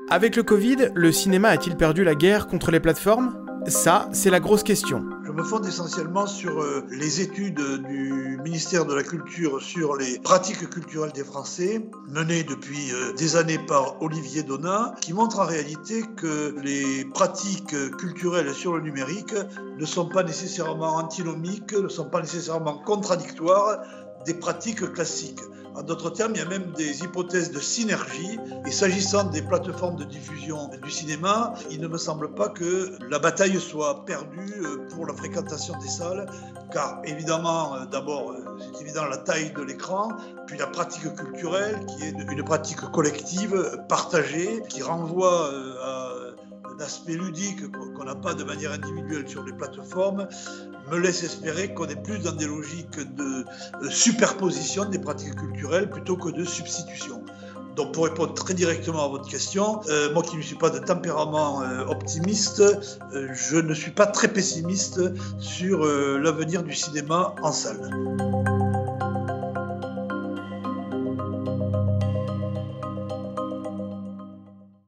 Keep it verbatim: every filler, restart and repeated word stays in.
Avec le Covid, le cinéma a-t-il perdu la guerre contre les plateformes ? Ça, c'est la grosse question. Je me fonde essentiellement sur euh, les études du ministère de la Culture sur les pratiques culturelles des Français, menées depuis euh, des années par Olivier Donat, qui montrent en réalité que les pratiques culturelles sur le numérique ne sont pas nécessairement antinomiques, ne sont pas nécessairement contradictoires des pratiques classiques. En d'autres termes, il y a même des hypothèses de synergie. Et s'agissant des plateformes de diffusion du cinéma, il ne me semble pas que la bataille soit perdue pour la fréquentation des salles, car évidemment, d'abord, c'est évident la taille de l'écran, puis la pratique culturelle, qui est une pratique collective, partagée, qui renvoie à un aspect ludique qu'on n'a pas de manière individuelle sur les plateformes, me laisse espérer qu'on est plus dans des logiques de superposition des pratiques culturelles plutôt que de substitution. Donc pour répondre très directement à votre question, euh, moi qui ne suis pas de tempérament euh, optimiste, euh, je ne suis pas très pessimiste sur euh, l'avenir du cinéma en salle.